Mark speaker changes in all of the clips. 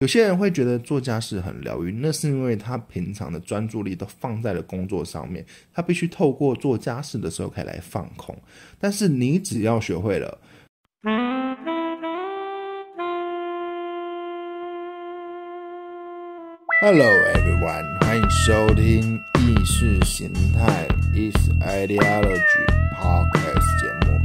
Speaker 1: 有些人会觉得做家事很疗愈，那是因为他平常的专注力都放在了工作上面，他必须透过做家事的时候可以来放空。但是你只要学会了Hello everyone， 欢迎收听意识形态 is ideology podcast 节目。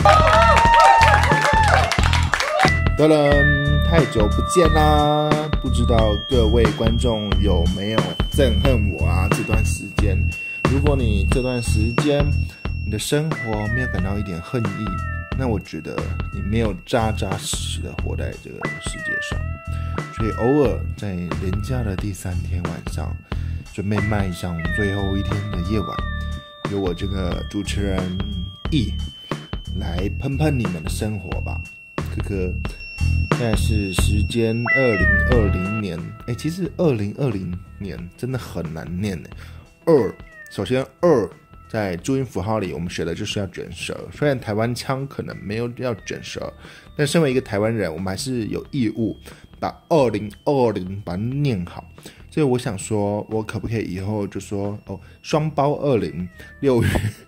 Speaker 1: 噔噔，太久不见啦！不知道各位观众有没有憎恨我啊？这段时间，如果你这段时间你的生活没有感到一点恨意，那我觉得你没有扎扎实实的活在这个世界上。所以偶尔在连假的第3天晚上，准备迈向最后一天的夜晚，由我这个主持人E来喷喷你们的生活吧，科科。现在是时间2020年，其实2020年真的很难念耶。首先2在注音符号里，我们学的就是要卷舌。虽然台湾腔可能没有要卷舌，但身为一个台湾人，我们还是有义务把2020把它念好。所以我想说，我可不可以以后就说双胞20 6月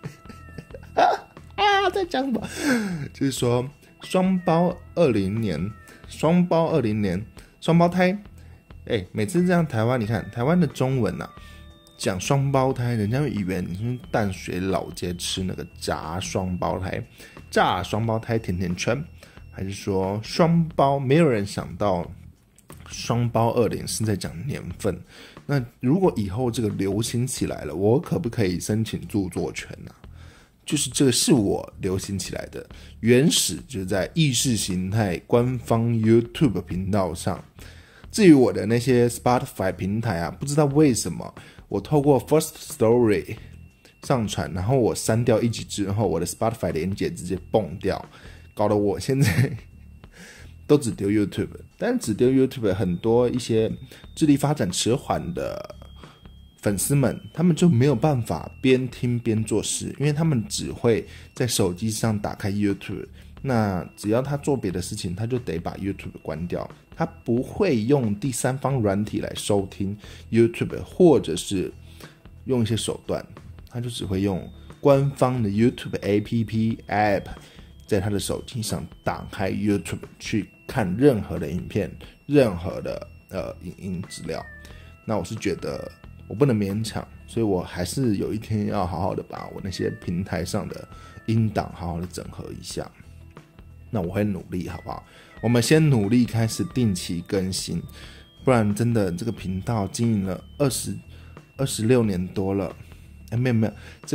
Speaker 1: 在讲什么？就是说双胞20年，双胞20年，双胞胎。每次这样台湾，你看台湾的中文啊，讲双胞胎，人家会以为你是淡水老街吃那个炸双胞胎、炸双胞胎甜甜圈，还是说双胞？没有人想到双胞20是在讲年份。那如果以后这个流行起来了，我可不可以申请著作权啊？就是这个是我流行起来的，原始就是在意识形态官方 YouTube 频道上。至于我的那些 Spotify 平台啊，不知道为什么我透过 First Story 上传，然后我删掉一集之后，我的 Spotify 连结直接蹦掉，搞得我现在都只丢 YouTube。 但只丢 YouTube 很多一些智力发展迟缓的粉丝们，他们就没有办法边听边做事，因为他们只会在手机上打开 YouTube， 那只要他做别的事情，他就得把 YouTube 关掉，他不会用第三方软体来收听 YouTube， 或者是用一些手段，他就只会用官方的 YouTube App 在他的手机上打开 YouTube 去看任何的影片，任何的影音资料。那我是觉得我不能勉强，所以我还是有一天要好好的把我那些平台上的音档好好的整合一下。那我会努力，好不好？我们先努力开始定期更新，不然真的这个频道经营了26年多了，没有，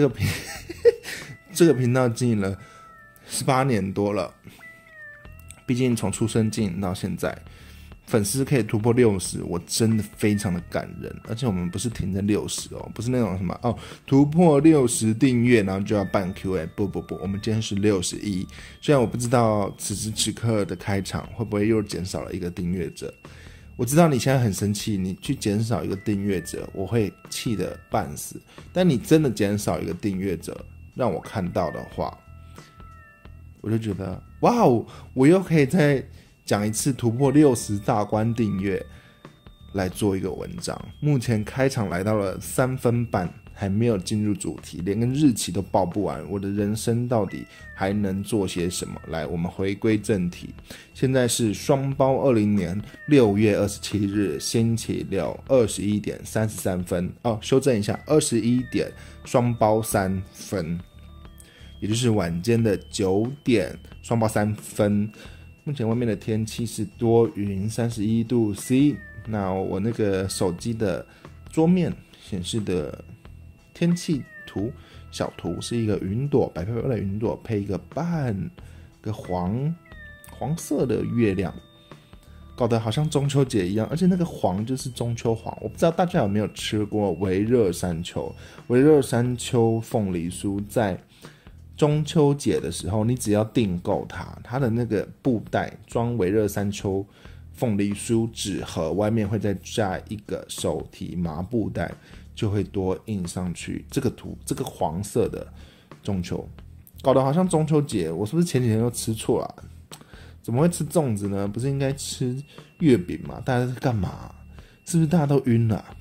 Speaker 1: 这个频道经营了18年多了，毕竟从出生经营到现在，粉丝可以突破60，我真的非常的感人。而且我们不是停在60不是那种什么突破60订阅然后就要办 Q&A， 不，我们今天是61。虽然我不知道此时此刻的开场会不会又减少了一个订阅者，我知道你现在很生气，你去减少一个订阅者，我会气得半死。但你真的减少一个订阅者让我看到的话，我就觉得哇，我又可以再讲一次突破60大关订阅来做一个文章。目前开场来到了3分半，还没有进入主题，连个日期都报不完，我的人生到底还能做些什么？来，我们回归正题。现在是双胞20年6月27日星期六21点33分修正一下，21点双胞3分，也就是晚间的9点双胞3分。目前外面的天气是多云，31度 C。 那我那个手机的桌面显示的天气图小图是一个云朵，白白的云朵配一个半个黄色的月亮，搞得好像中秋节一样。而且那个黄就是中秋黄。我不知道大家有没有吃过微热山丘凤梨酥，在中秋节的时候，你只要订购它的那个布袋装微热山丘凤梨酥纸盒，外面会再加一个手提麻布袋，就会多印上去这个图，这个黄色的中秋，搞得好像中秋节。我是不是前几天又吃错了？ 怎么会吃粽子呢？不是应该吃月饼吗？大家在干嘛？是不是大家都晕了啊？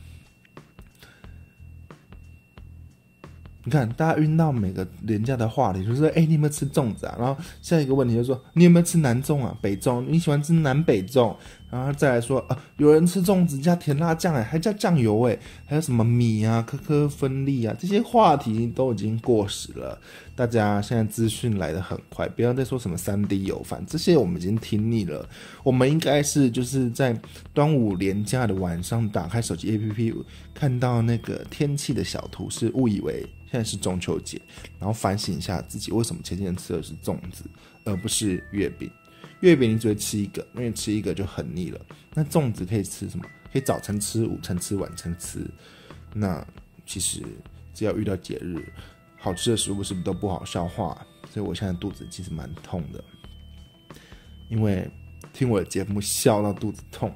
Speaker 1: 你看，大家晕到每个廉价的话题，就是你有没有吃粽子啊？然后下一个问题就是说，你有没有吃南粽啊、北粽？你喜欢吃南北粽？然后再来说有人吃粽子加甜辣酱还加酱油还有什么米啊、颗颗分粒啊，这些话题都已经过时了。大家现在资讯来得很快，不要再说什么3D 油饭，这些我们已经听腻了。我们应该是就是在端午连假的晚上，打开手机 APP， 看到那个天气的小图示，误以为现在是中秋节，然后反省一下自己为什么前几天吃的是粽子，而不是月饼。月饼你只会吃一个，因为吃一个就很腻了。那粽子可以吃什么？可以早餐吃、午餐吃、晚餐吃。那其实只要遇到节日，好吃的食物是不是都不好消化？所以我现在肚子其实蛮痛的，因为听我的节目笑到肚子痛。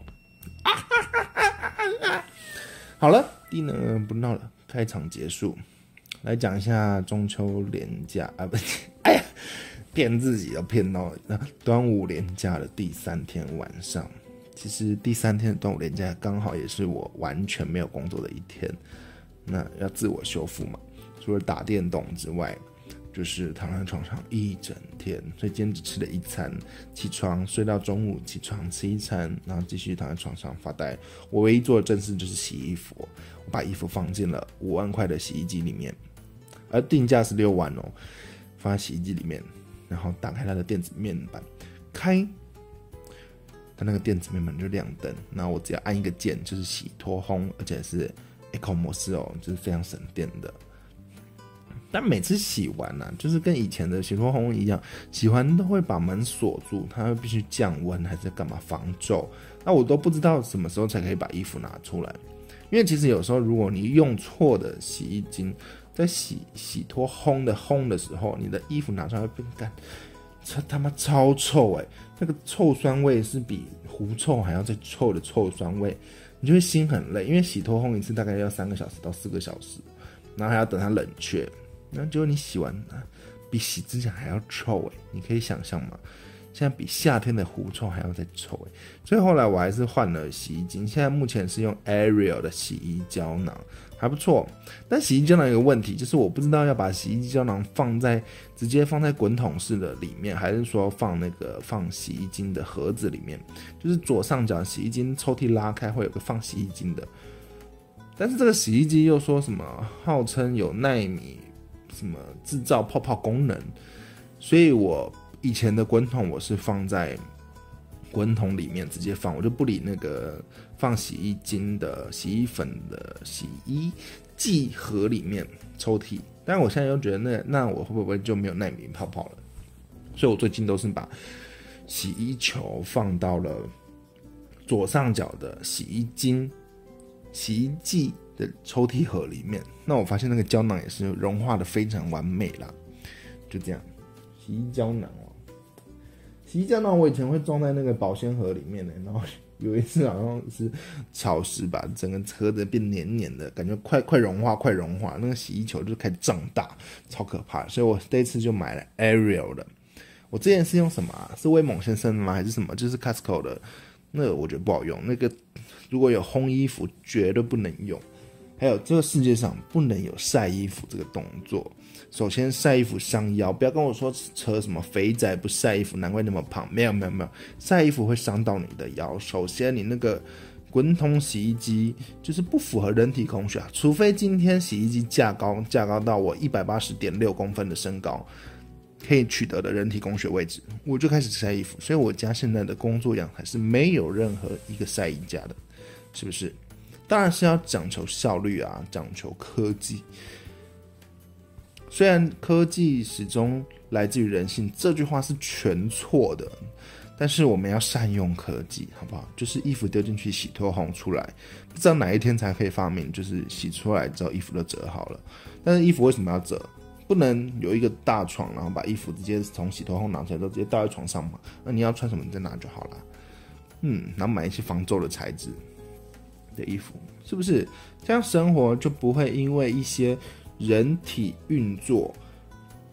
Speaker 1: 好了，弟呢不闹了，开场结束。来讲一下中秋连假啊，不是，哎呀，骗自己都骗到了。端午连假的第3天晚上，其实第3天的端午连假刚好也是我完全没有工作的一天。那要自我修复嘛，除了打电动之外，就是躺在床上一整天。所以今天只吃了1餐，起床睡到中午，起床吃1餐，然后继续躺在床上发呆。我唯一做的正事就是洗衣服，我把衣服放进了5万块的洗衣机里面。而定价是6万哦，放在洗衣机里面，然后打开它的电子面板，开，它那个电子面板就亮灯，然后我只要按一个键，就是洗脱烘，而且是 Eco 模式哦，就是非常省电的。但每次洗完啊，就是跟以前的洗脱烘一样，洗完都会把门锁住，它会必须降温还是干嘛防皱，那我都不知道什么时候才可以把衣服拿出来。因为其实有时候如果你用错的洗衣精，在洗脱烘的时候，你的衣服拿出来会变干，他妈超臭那个臭酸味是比狐臭还要再臭的臭酸味，你就会心很累，因为洗脱烘一次大概要3个小时到4个小时，然后还要等它冷却，然后结果你洗完比洗之前还要臭你可以想象吗？现在比夏天的狐臭还要再臭所以后来我还是换了洗衣精，现在目前是用 Ariel 的洗衣胶囊，还不错。但洗衣胶囊有个问题，就是我不知道要把洗衣胶囊直接放在滚筒式的里面，还是说放洗衣精的盒子里面。就是左上角洗衣精抽屉拉开会有个放洗衣精的，但是这个洗衣机又说什么号称有奈米什么制造泡泡功能，所以我以前的滚筒我是放在滚筒里面直接放，我就不理那个放洗衣精的洗衣粉的洗衣剂盒里面抽屉。但我现在又觉得那我会不会就没有奈米泡泡了？所以我最近都是把洗衣球放到了左上角的洗衣精洗衣剂的抽屉盒里面。那我发现那个胶囊也是融化的非常完美啦，就这样。洗衣胶囊洗衣胶囊我以前会装在那个保鲜盒里面然后有一次好像是潮湿吧，整个盒子变黏黏的，感觉快融化，那个洗衣球就开始胀大，超可怕的。所以我这一次就买了 Ariel 的。我之前是用什么是威猛先生的吗？还是什么？就是 Costco 的，那个我觉得不好用，那个如果有烘衣服绝对不能用。还有这个世界上不能有晒衣服这个动作。首先晒衣服伤腰，不要跟我说扯什么肥仔不晒衣服难怪那么胖，没有，晒衣服会伤到你的腰。首先你那个滚筒洗衣机就是不符合人体工学除非今天洗衣机架高到我 180.6 公分的身高可以取得的人体工学位置，我就开始晒衣服。所以我家现在的工作阳台是没有任何一个晒衣架的，是不是？当然是要讲求效率讲求科技。虽然科技始终来自于人性，这句话是全错的，但是我们要善用科技，好不好？就是衣服丢进去洗脱烘出来，不知道哪一天才可以发明，就是洗出来之后衣服都折好了。但是衣服为什么要折？不能有一个大床，然后把衣服直接从洗脱烘拿出来，都直接倒在床上嘛？那你要穿什么你再拿就好了。然后买一些防皱的材质的衣服，是不是？这样生活就不会因为一些人体运作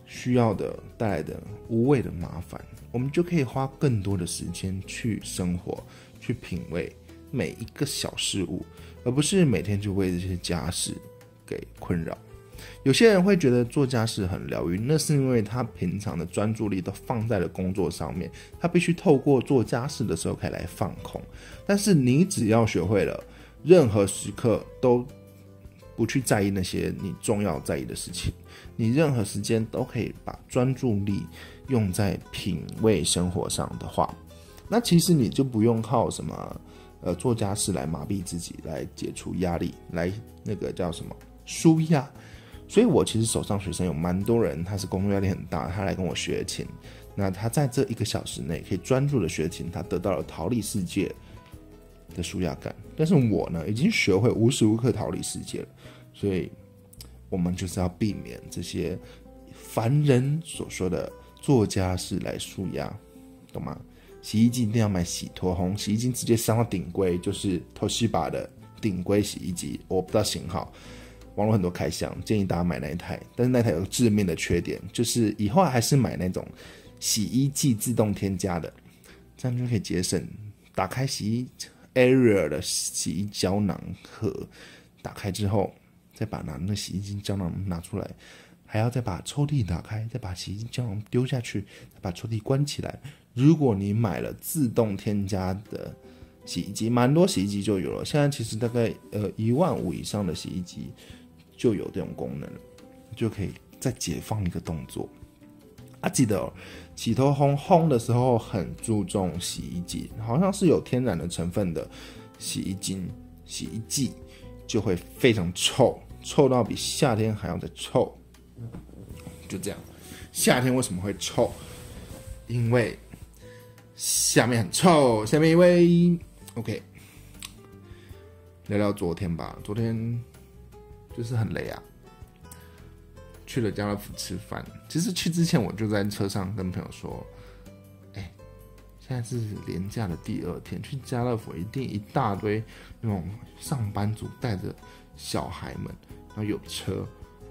Speaker 1: 需要的带来的无谓的麻烦，我们就可以花更多的时间去生活，去品味每一个小事物，而不是每天就为这些家事给困扰。有些人会觉得做家事很疗愈，那是因为他平常的专注力都放在了工作上面，他必须透过做家事的时候可以来放空。但是你只要学会了任何时刻都不去在意那些你重要在意的事情，你任何时间都可以把专注力用在品味生活上的话，那其实你就不用靠什么做家事来麻痹自己，来解除压力，来那个叫什么舒压。所以我其实手上学生有蛮多人，他是工作压力很大，他来跟我学琴，那他在这1个小时内可以专注的学琴，他得到了逃离世界的舒压感。但是我呢，已经学会无时无刻逃离世界了，所以我们就是要避免这些凡人所说的做家事来舒压，懂吗？洗衣机一定要买洗脱烘，洗衣机直接上到顶规，就是 Toshiba 的顶规洗衣机，我不知道型号，网络很多开箱，建议大家买那一台。但是那台有致命的缺点，就是以后还是买那种洗衣剂自动添加的，这样就可以节省打开洗衣 Ariel 的洗衣胶囊盒，打开之后再把那洗衣精胶囊拿出来，还要再把抽屉打开，再把洗衣精胶囊丢下去，再把抽屉关起来。如果你买了自动添加的洗衣机，蛮多洗衣机就有了，现在其实大概15000以上的洗衣机就有这种功能了，就可以再解放一个动作。记得洗头烘的时候很注重洗衣剂，好像是有天然的成分的洗衣剂就会非常臭，臭到比夏天还要再臭。就这样，夏天为什么会臭？因为下面很臭。下面一位 OK， 聊聊昨天吧。昨天就是很累啊，去了家乐福吃饭。其实去之前我就在车上跟朋友说，现在是连假的第2天，去家乐福一定一大堆那种上班族带着小孩们，然后有车，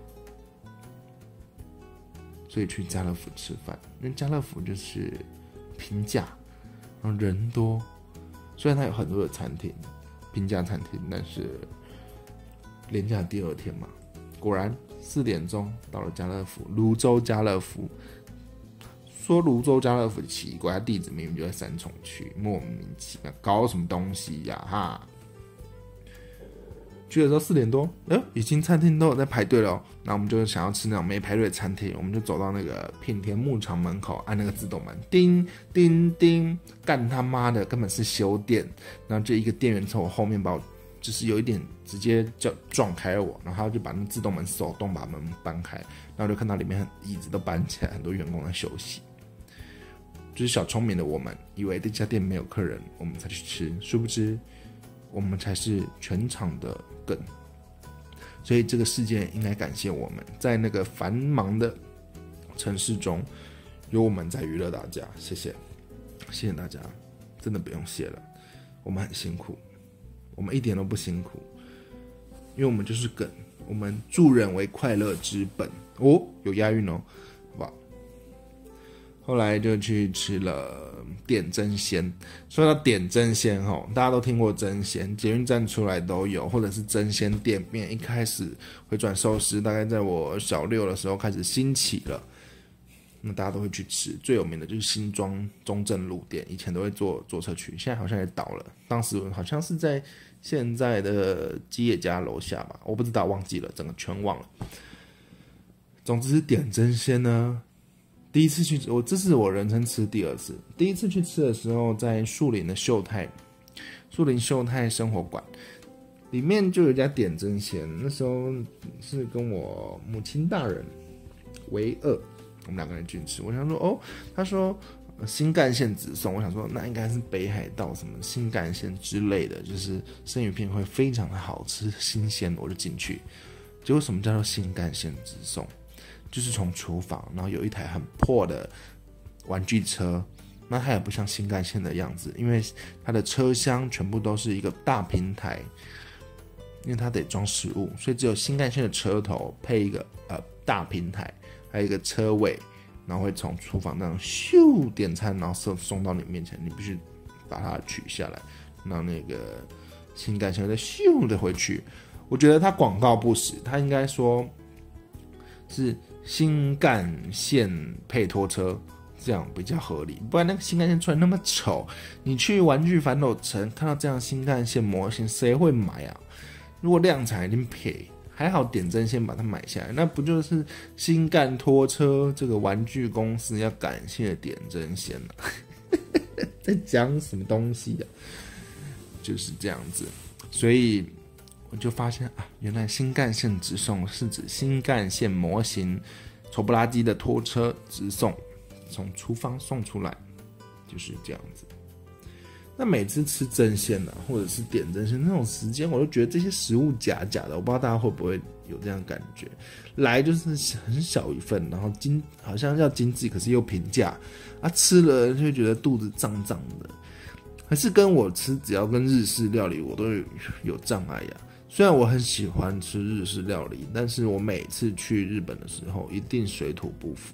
Speaker 1: 所以去家乐福吃饭。因为家乐福就是平价，然后人多，虽然它有很多的餐厅，平价餐厅，但是连假第2天嘛，果然4点钟到了家乐福，泸州家乐福。说泸州家乐福奇怪，它地址明明就在三重区，莫名其妙搞什么东西呀哈！去的时候4点多，已经餐厅都有在排队了那我们就想要吃那种没排队的餐厅，我们就走到那个品田牧场门口，按那个自动门，叮叮叮，干他妈的，根本是修店。然后就一个店员从我后面把我，就是有一点直接就撞开了我，然后他就把那自动门手动把门搬开，然后就看到里面椅子都搬起来，很多员工在休息。就是小聪明的我们以为这家店没有客人，我们才去吃，殊不知我们才是全场的梗。所以这个事件应该感谢我们，在那个繁忙的城市中，有我们在娱乐大家。谢谢大家，真的不用谢了，我们很辛苦，我们一点都不辛苦，因为我们就是梗，我们助人为快乐之本有押韵哦，好不好？后来就去吃了点真鲜。说到点真鲜大家都听过真鲜，捷运站出来都有，或者是真鲜店面一开始回转寿司，大概在我小6的时候开始兴起了，那大家都会去吃。最有名的就是新庄中正路店，以前都会坐车去，现在好像也倒了，当时好像是在现在的基业家楼下吧，我不知道，忘记了，整个全忘了。总之点真鲜呢，第一次去，这是我人生吃第2次。第一次去吃的时候，在树林秀泰生活馆里面就有一家点真鲜。那时候是跟我母亲大人为2，我们2个人去吃。我想说他说新干线直送，我想说那应该是北海道什么新干线之类的，就是生鱼片会非常的好吃新鲜，我就进去。结果什么叫做新干线直送？就是从厨房，然后有一台很破的玩具车，那它也不像新干线的样子，因为它的车厢全部都是一个大平台，因为它得装食物，所以只有新干线的车头配一个大平台， 还有一个车尾，然后会从厨房那样咻点餐，然后送到你面前，你必须把它取下来，让那个新干线再咻的回去。我觉得它广告不实，它应该说是新干线配拖车，这样比较合理。不然那个新干线出来那么丑，你去玩具反斗城看到这样新干线模型，谁会买啊？如果量产一定便宜。还好点针先把它买下来，那不就是新干拖车这个玩具公司要感谢点针先了？在讲什么东西啊？就是这样子，所以我就发现啊，原来新干线直送是指新干线模型丑不拉几的拖车直送，从厨房送出来，就是这样子。那每次吃针线啊，或者是点针线那种时间，我就觉得这些食物假假的，我不知道大家会不会有这样的感觉。来就是很小一份，然后好像要精致，可是又平价啊，吃了就觉得肚子胀胀的。还是跟我吃只要跟日式料理，我都有障碍呀。虽然我很喜欢吃日式料理，但是我每次去日本的时候，一定水土不服。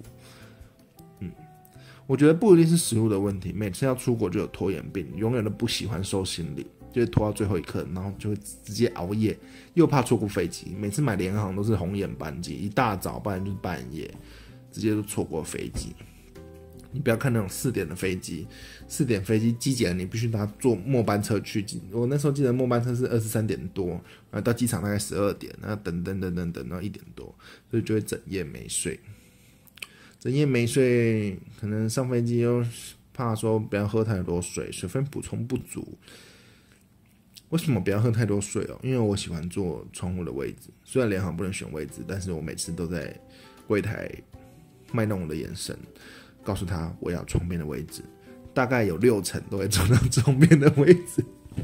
Speaker 1: 我觉得不一定是食物的问题，每次要出国就有拖延病，永远都不喜欢收行李，就会拖到最后一刻，然后就会直接熬夜，又怕错过飞机。每次买联航都是红眼班机，一大早不然就是半夜，直接就错过飞机。你不要看那种4点的飞机，4点飞机机检你必须拿坐末班车去。我那时候记得末班车是23点多，然后到机场大概12点，然后等，然后1点多，所以就会整夜没睡。整夜没睡，可能上飞机又怕说不要喝太多水，水分补充不足。为什么不要喝太多水哦？因为我喜欢坐窗户的位置，虽然联航不能选位置，但是我每次都在柜台卖弄我的眼神，告诉他我要窗边的位置，大概有60%都会坐到窗边的位置，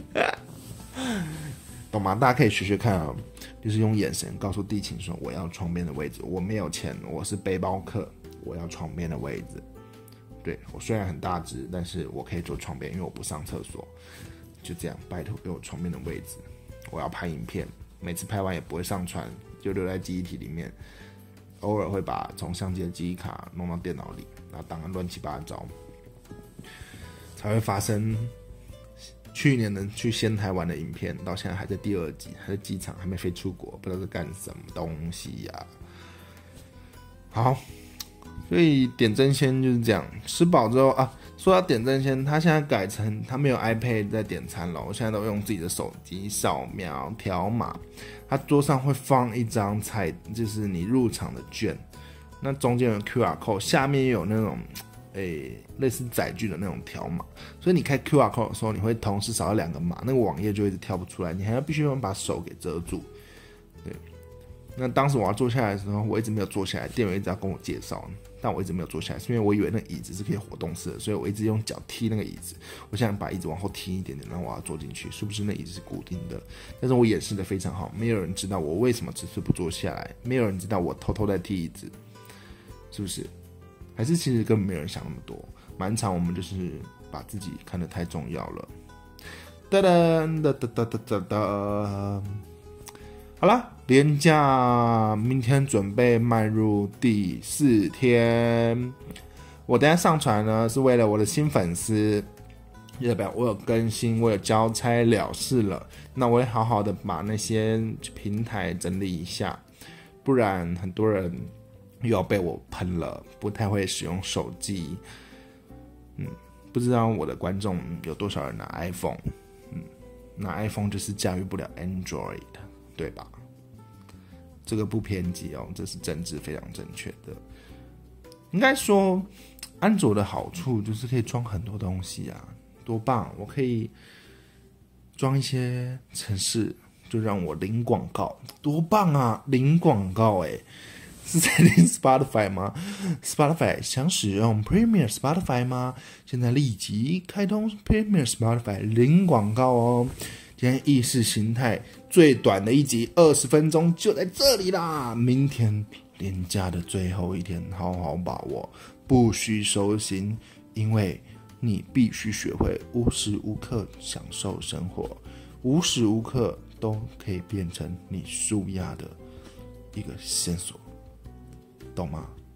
Speaker 1: 懂吗？大家可以学学看啊，就是用眼神告诉地勤说我要窗边的位置，我没有钱，我是背包客。我要床边的位置，对，我虽然很大只，但是我可以坐床边，因为我不上厕所。就这样，拜托给我床边的位置。我要拍影片，每次拍完也不会上传，就留在记忆体里面。偶尔会把从相机的记忆卡弄到电脑里，然后档案乱七八糟，才会发生去年的去仙台玩的影片，到现在还在第2集，还在机场，还没飞出国，不知道在干什么东西呀。好。所以点针鲜就是这样，吃饱之后啊，说到点针鲜，他现在改成他没有 iPad 在点餐了，我现在都用自己的手机扫描条码，他桌上会放一张就是你入场的券，那中间有 QR code， 下面也有那种类似载具的那种条码，所以你开 QR code 的时候，你会同时扫到2个码，那个网页就一直跳不出来，你还要必须把手给遮住，对。那当时我要坐下来的时候，我一直没有坐下来，店员一直要跟我介绍，但我一直没有坐下来，是因为我以为那个椅子是可以活动式的，所以我一直用脚踢那个椅子。我想把椅子往后踢一点点，然后我要坐进去，是不是那椅子是固定的？但是我演示的非常好，没有人知道我为什么迟迟不坐下来，没有人知道我偷偷在踢椅子，是不是？还是其实根本没有人想那么多，满场我们就是把自己看得太重要了。哒哒哒哒哒哒哒。好了，连假明天准备迈入第4天。我等一下上传呢，是为了我的新粉丝，代表我有更新，我有交差了事了。那我会好好的把那些平台整理一下，不然很多人又要被我喷了，不太会使用手机。不知道我的观众有多少人拿 iPhone，拿 iPhone 就是驾驭不了 Android。对吧？这个不偏激哦，这是政治非常正确的。应该说，安卓的好处就是可以装很多东西啊，多棒！我可以装一些程式，就让我零广告，多棒啊！零广告是在听 Spotify 吗 ？Spotify 想使用 Premier Spotify 吗？现在立即开通 Premier Spotify， 零广告哦！今天意识形态最短的一集20分钟就在这里啦！明天连假的最后一天，好好把握，不许收心，因为你必须学会无时无刻享受生活，无时无刻都可以变成你舒压的一个线索，懂吗？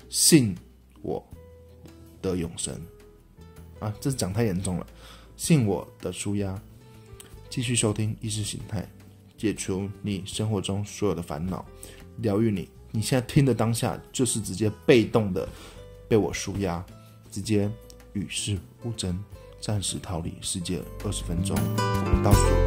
Speaker 1: 信我得永生啊！这讲太严重了，信我的舒压。继续收听意识形态，解除你生活中所有的烦恼，疗愈你。你现在听的当下，就是直接被动的被我舒压，直接与世无争，暂时逃离世界20分钟。我们倒数